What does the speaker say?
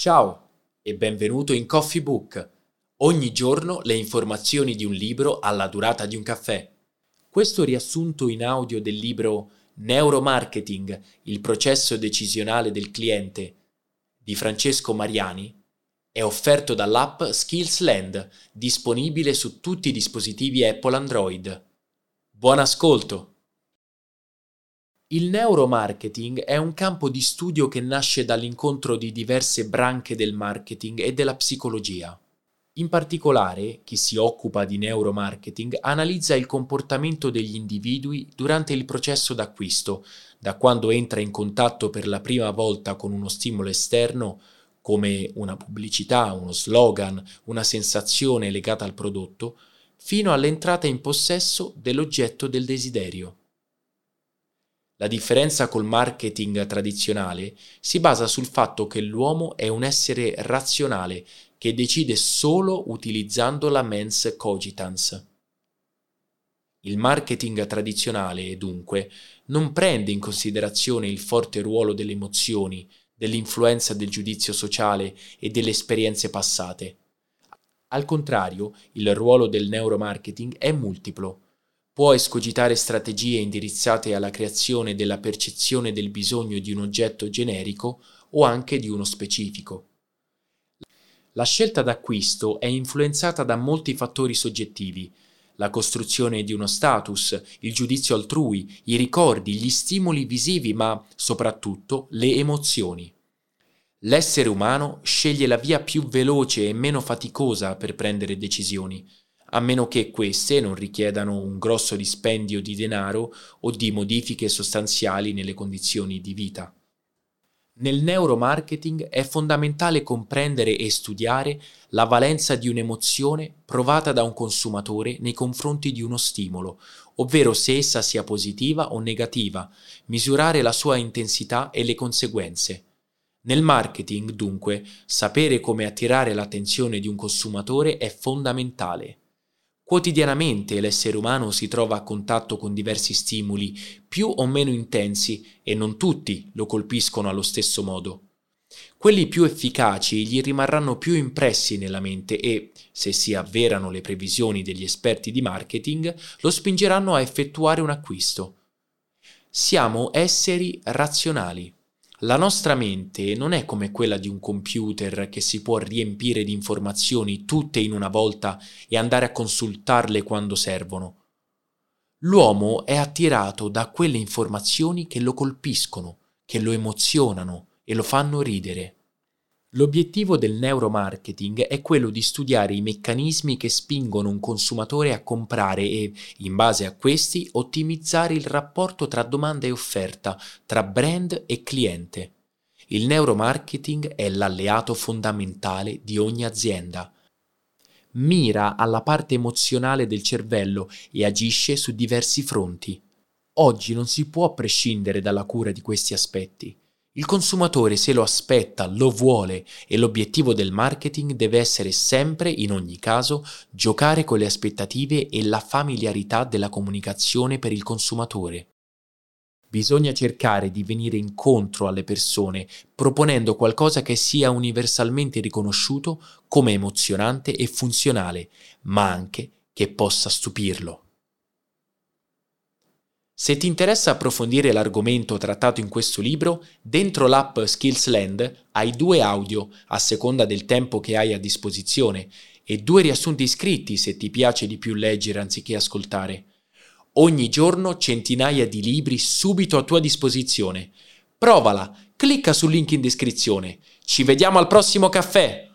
Ciao e benvenuto in Coffee Book. Ogni giorno le informazioni di un libro alla durata di un caffè. Questo riassunto in audio del libro Neuromarketing, il processo decisionale del cliente di Francesco Mariani è offerto dall'app Skillsland, disponibile su tutti i dispositivi Apple Android. Buon ascolto! Il neuromarketing è un campo di studio che nasce dall'incontro di diverse branche del marketing e della psicologia. In particolare, chi si occupa di neuromarketing analizza il comportamento degli individui durante il processo d'acquisto, da quando entra in contatto per la prima volta con uno stimolo esterno, come una pubblicità, uno slogan, una sensazione legata al prodotto, fino all'entrata in possesso dell'oggetto del desiderio. La differenza col marketing tradizionale si basa sul fatto che l'uomo è un essere razionale che decide solo utilizzando la mens cogitans. Il marketing tradizionale, dunque, non prende in considerazione il forte ruolo delle emozioni, dell'influenza del giudizio sociale e delle esperienze passate. Al contrario, il ruolo del neuromarketing è multiplo. Può escogitare strategie indirizzate alla creazione della percezione del bisogno di un oggetto generico o anche di uno specifico. La scelta d'acquisto è influenzata da molti fattori soggettivi: la costruzione di uno status, il giudizio altrui, i ricordi, gli stimoli visivi, ma soprattutto le emozioni. L'essere umano sceglie la via più veloce e meno faticosa per prendere decisioni, a meno che queste non richiedano un grosso dispendio di denaro o di modifiche sostanziali nelle condizioni di vita. Nel neuromarketing è fondamentale comprendere e studiare la valenza di un'emozione provata da un consumatore nei confronti di uno stimolo, ovvero se essa sia positiva o negativa, misurare la sua intensità e le conseguenze. Nel marketing, dunque, sapere come attirare l'attenzione di un consumatore è fondamentale. Quotidianamente l'essere umano si trova a contatto con diversi stimoli, più o meno intensi, e non tutti lo colpiscono allo stesso modo. Quelli più efficaci gli rimarranno più impressi nella mente e, se si avverano le previsioni degli esperti di marketing, lo spingeranno a effettuare un acquisto. Siamo esseri razionali. La nostra mente non è come quella di un computer che si può riempire di informazioni tutte in una volta e andare a consultarle quando servono. L'uomo è attirato da quelle informazioni che lo colpiscono, che lo emozionano e lo fanno ridere. L'obiettivo del neuromarketing è quello di studiare i meccanismi che spingono un consumatore a comprare e, in base a questi, ottimizzare il rapporto tra domanda e offerta, tra brand e cliente. Il neuromarketing è l'alleato fondamentale di ogni azienda. Mira alla parte emozionale del cervello e agisce su diversi fronti. Oggi non si può prescindere dalla cura di questi aspetti. Il consumatore se lo aspetta, lo vuole e l'obiettivo del marketing deve essere sempre, in ogni caso, giocare con le aspettative e la familiarità della comunicazione per il consumatore. Bisogna cercare di venire incontro alle persone proponendo qualcosa che sia universalmente riconosciuto come emozionante e funzionale, ma anche che possa stupirlo. Se ti interessa approfondire l'argomento trattato in questo libro, dentro l'app Skillsland hai 2 audio a seconda del tempo che hai a disposizione e 2 riassunti scritti se ti piace di più leggere anziché ascoltare. Ogni giorno centinaia di libri subito a tua disposizione. Provala, clicca sul link in descrizione. Ci vediamo al prossimo caffè!